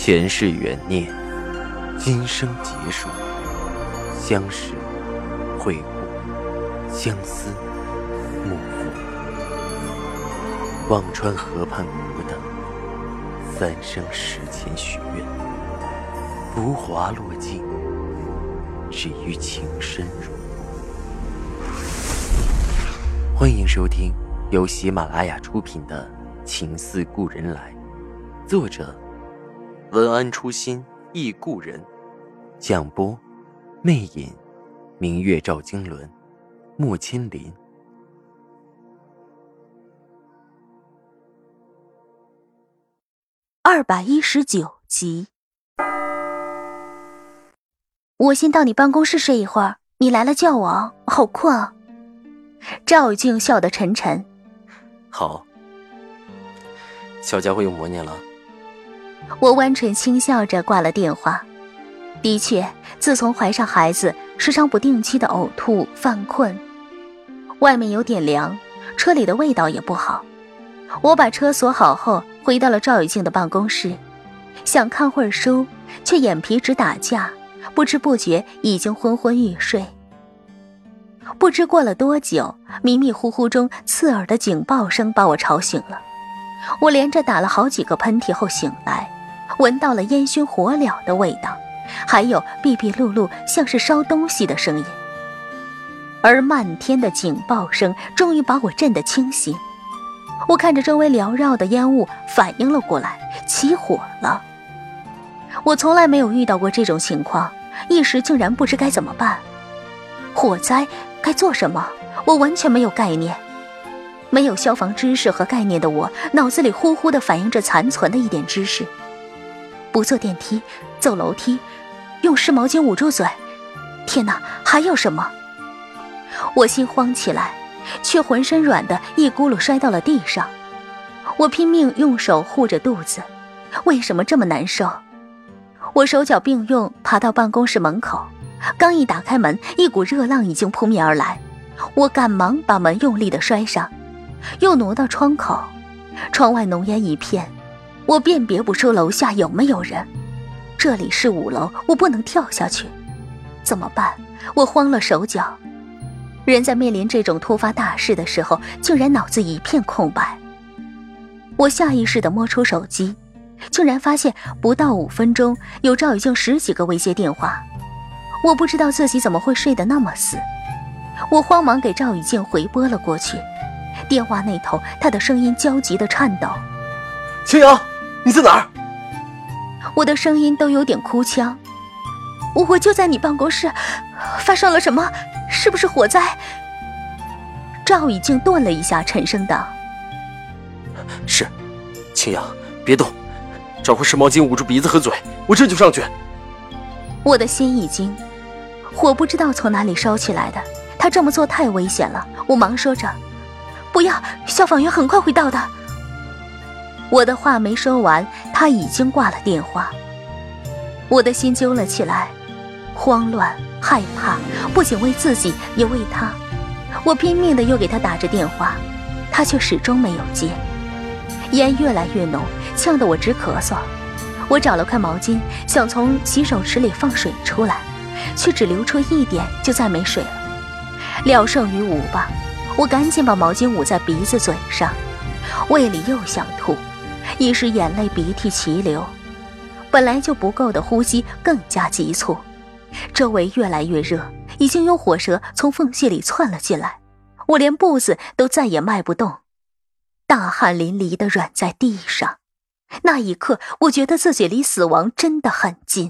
前世缘孽，今生结束，相识会故，相思幕复。忘川河畔孤灯，三生石前许愿，浮华落尽，只余情深入。欢迎收听由喜马拉雅出品的《情似故人来》，作者文安初心忆故人，蒋播魅影，明月照经纶，木千林。 219集。我先到你办公室睡一会儿，你来了叫我，好困啊。赵雨静笑得沉沉。 好，小家伙又磨你了。 我弯唇轻笑着挂了电话。的确，自从怀上孩子，时常不定期的呕吐犯困。外面有点凉，车里的味道也不好。我把车锁好后，回到了赵雨静的办公室，想看会儿书，却眼皮直打架，不知不觉已经昏昏欲睡。不知过了多久，迷迷糊糊中刺耳的警报声把我吵醒了。我连着打了好几个喷嚏后醒来，闻到了烟熏火燎的味道，还有哔哔噜噜像是烧东西的声音。而漫天的警报声终于把我震得清醒。我看着周围缭绕的烟雾，反应了过来，起火了。我从来没有遇到过这种情况，一时竟然不知该怎么办。火灾该做什么？我完全没有概念。没有消防知识和概念的我，脑子里呼呼地反映着残存的一点知识。不坐电梯，走楼梯，用湿毛巾捂住嘴。天哪，还有什么？我心慌起来，却浑身软的一咕噜摔到了地上。我拼命用手护着肚子，为什么这么难受？我手脚并用爬到办公室门口，刚一打开门，一股热浪已经扑面而来。我赶忙把门用力地摔上，又挪到窗口，窗外浓烟一片，我辨别不出楼下有没有人。这里是5楼，我不能跳下去，怎么办？我慌了手脚。人在面临这种突发大事的时候，竟然脑子一片空白。我下意识地摸出手机，竟然发现不到5分钟，有赵雨静10几个未接电话。我不知道自己怎么会睡得那么死。我慌忙给赵雨静回拨了过去，电话那头她的声音焦急地颤抖。 青瑶，你在哪儿？ 我的声音都有点哭腔。我就在你办公室，发生了什么？是不是火灾？赵雨静顿了一下，沉声道： 是。青瑶，别动，找块湿毛巾捂住鼻子和嘴，我这就上去。 我的心一惊，火不知道从哪里烧起来的，他这么做太危险了。我忙说着：不要，消防员很快会到的。我的话没说完，他已经挂了电话。我的心揪了起来，慌乱害怕，不仅为自己也为他。我拼命地又给他打着电话，他却始终没有接。烟越来越浓，呛得我直咳嗽。我找了块毛巾，想从洗手池里放水出来，却只流出一点，就再没水了。聊胜于无吧，我赶紧把毛巾捂在鼻子嘴上，胃里又想吐，一时眼泪鼻涕齐流，本来就不够的呼吸更加急促。周围越来越热，已经有火蛇从缝隙里窜了进来，我连步子都再也迈不动，大汗淋漓地软在地上。那一刻，我觉得自己离死亡真的很近。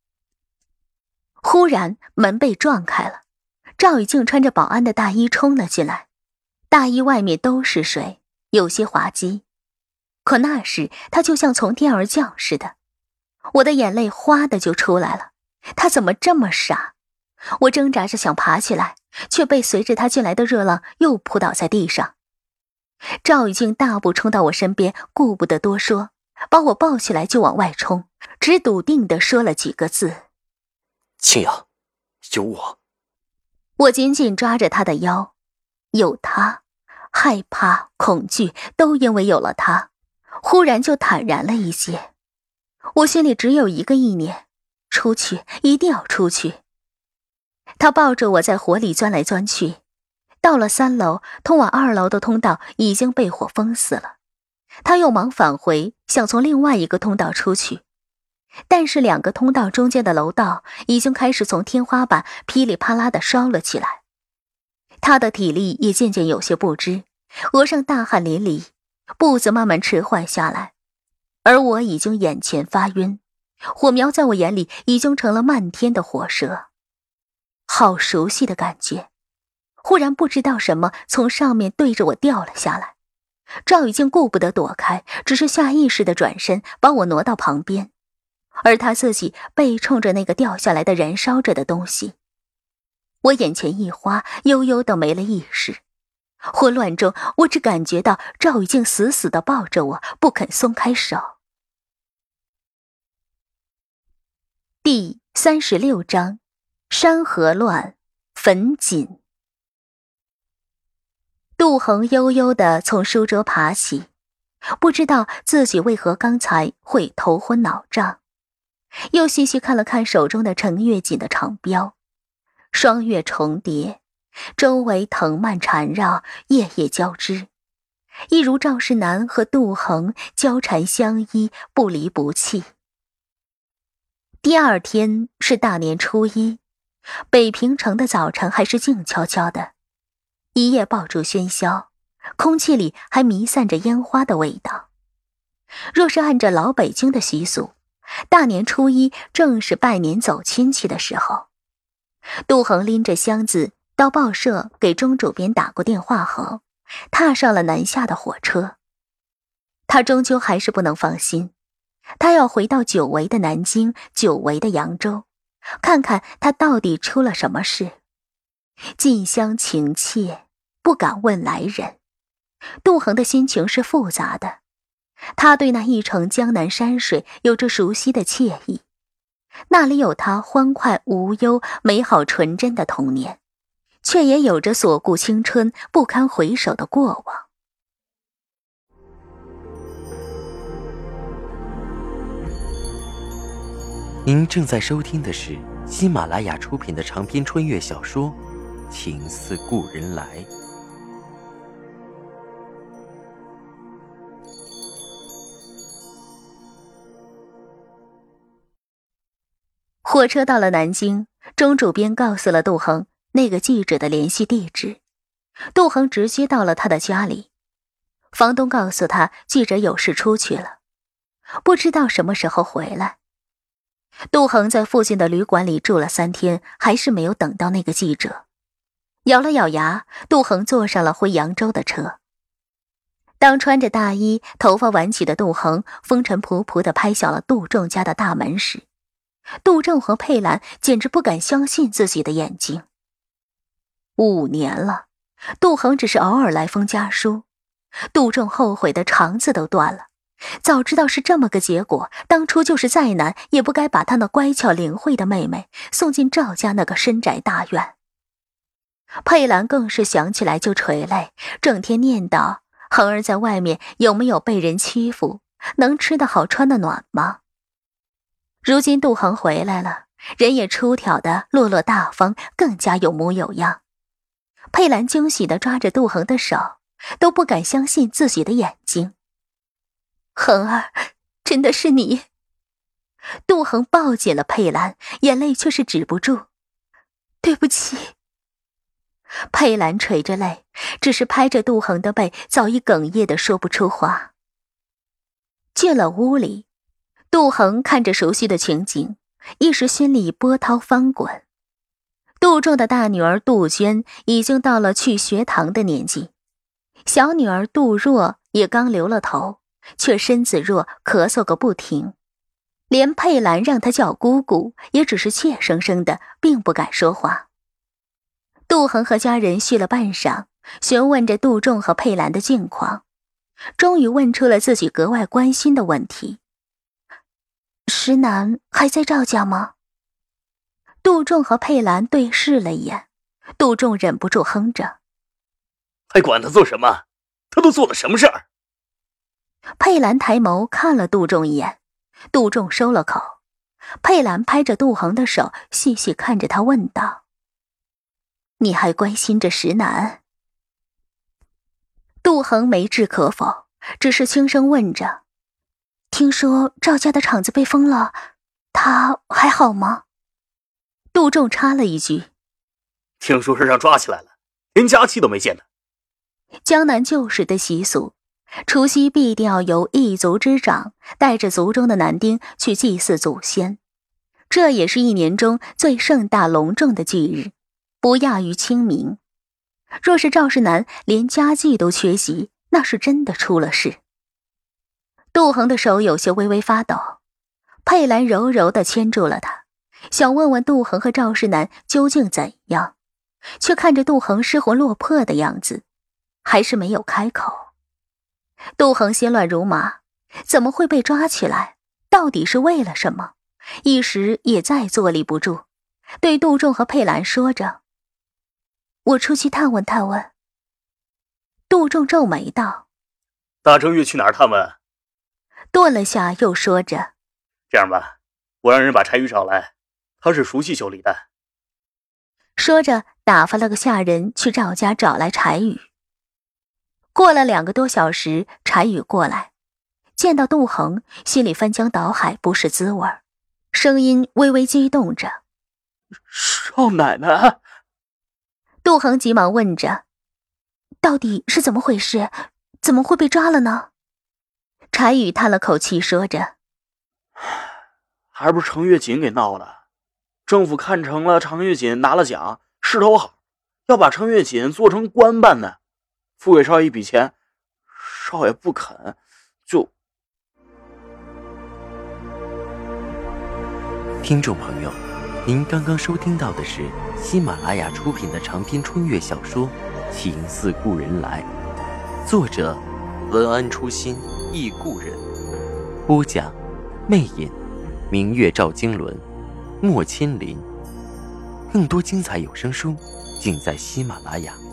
忽然门被撞开了，赵雨静穿着保安的大衣冲了进来，大衣外面都是水，有些滑稽。可那时她就像从天而降似的，我的眼泪哗的就出来了。她怎么这么傻？我挣扎着想爬起来，却被随着她进来的热浪又扑倒在地上。赵雨静大步冲到我身边，顾不得多说，把我抱起来就往外冲，只笃定地说了几个字： 青瑶，有我。 我紧紧抓着他的腰，有他，害怕恐惧都因为有了他，忽然就坦然了一些。 我心里只有一个意念，出去，一定要出去。他抱着我在火里钻来钻去，到了3楼，通往2楼的通道已经被火封死了。他又忙返回，想从另外一个通道出去，但是2个通道中间的楼道已经开始从天花板噼里啪啦地烧了起来。他的体力也渐渐有些不支，额上大汗淋漓，步子慢慢迟缓下来，而我已经眼前发晕，火苗在我眼里已经成了漫天的火舌。好熟悉的感觉，忽然不知道什么从上面对着我掉了下来。赵已经顾不得躲开，只是下意识地转身把我挪到旁边，而他自己背冲着那个掉下来的燃烧着的东西。我眼前一花，悠悠地没了意识。混乱中，我只感觉到赵已经死死地抱着我，不肯松开手。第36章，山河乱，坟锦。杜恒悠悠地从书桌爬起，不知道自己为何刚才会头昏脑胀，又细细看了看手中的程月锦的长标，双月重叠，周围藤蔓缠绕，叶叶交织，一如赵世南和杜恒交缠相依，不离不弃。第2天是大年初1，北平城的早晨还是静悄悄的，一夜爆竹喧嚣，空气里还弥散着烟花的味道。若是按照老北京的习俗，大年初1正是拜年走亲戚的时候。杜恒拎着箱子到报社给钟主编打过电话后，踏上了南下的火车。他终究还是不能放心，他要回到久违的南京，久违的扬州，看看他到底出了什么事。近乡情怯，不敢问来人。杜恒的心情是复杂的，他对那一程江南山水有着熟悉的惬意，那里有他欢快无忧、美好纯真的童年，却也有着所顾青春、不堪回首的过往。 您正在收听的是喜马拉雅出品的长篇穿越小说《情似故人来》。 火车到了南京，钟主编告诉了杜恒那个记者的联系地址。杜恒直接到了他的家里，房东告诉他记者有事出去了，不知道什么时候回来。杜恒在附近的旅馆里住了3天，还是没有等到那个记者。咬了咬牙，杜恒坐上了回扬州的车。当穿着大衣、头发挽起的杜恒风尘仆仆地拍响了杜仲家的大门时，杜仲和佩兰简直不敢相信自己的眼睛。5年了，杜恒只是偶尔来封家书，杜仲后悔的肠子都断了。早知道是这么个结果，当初就是再难也不该把他那乖巧灵慧的妹妹送进赵家那个深宅大院。佩兰更是想起来就垂泪，整天念叨恒儿在外面有没有被人欺负，能吃得好穿得暖吗？如今杜恒回来了，人也出挑的落落大方，更加有模有样。佩兰惊喜地抓着杜恒的手，都不敢相信自己的眼睛。恒儿，真的是你？杜恒抱紧了佩兰，眼泪却是止不住。对不起。佩兰垂着泪，只是拍着杜恒的背，早已哽咽地说不出话。进了屋里，杜恒看着熟悉的情景，一时心里波涛翻滚。杜仲的大女儿杜鹃已经到了去学堂的年纪，小女儿杜若也刚留了头，却身子弱，咳嗽个不停。连佩兰让她叫姑姑，也只是怯生生的，并不敢说话。杜恒和家人叙了半晌，询问着杜仲和佩兰的近况，终于问出了自己格外关心的问题：石南还在赵家吗？杜仲和佩兰对视了一眼，杜仲忍不住哼着： 还管他做什么？他都做了什么事儿？ 佩兰抬眸看了杜仲一眼， 杜仲收了口。佩兰拍着杜恒的手，细细看着他问道：你还关心着石楠？杜恒没置可否，只是轻声问着：听说赵家的厂子被封了，他还好吗？杜仲插了一句： 听说是让抓起来了，连家契都没见呢。 江南旧时的习俗，除夕必定要由一族之长带着族中的男丁去祭祀祖先，这也是一年中最盛大隆重的忌日，不亚于清明。若是赵世南连家祭都缺席，那是真的出了事。杜恒的手有些微微发抖，佩兰柔柔地牵住了他，想问问杜恒和赵世南究竟怎样，却看着杜恒失魂落魄的样子，还是没有开口。杜恒心乱如麻，怎么会被抓起来？到底是为了什么？一时也再坐立不住，对杜仲和佩兰说着：我出去探问探问。杜仲皱眉道： 大正月去哪儿探问？ 顿了下又说着： 这样吧，我让人把柴鱼找来，他是熟悉修理的。 说着打发了个下人去赵家找来柴鱼。过了2个多小时，柴鱼过来，见到杜恒，心里翻江倒海，不是滋味，声音微微激动着： 少奶奶！ 杜恒急忙问着：到底是怎么回事？怎么会被抓了呢？柴宇叹了口气说着： 还不是程月锦给闹的。政府看成了程月锦拿了奖，势头好，要把程月锦做成官办的，付给少爷一笔钱，少爷不肯，就…… 听众朋友，您刚刚收听到的是喜马拉雅出品的长篇穿越小说《情似故人来》，作者文安初心忆故人，播讲魅影，明月照经纶，莫千林。更多精彩有声书尽在喜马拉雅。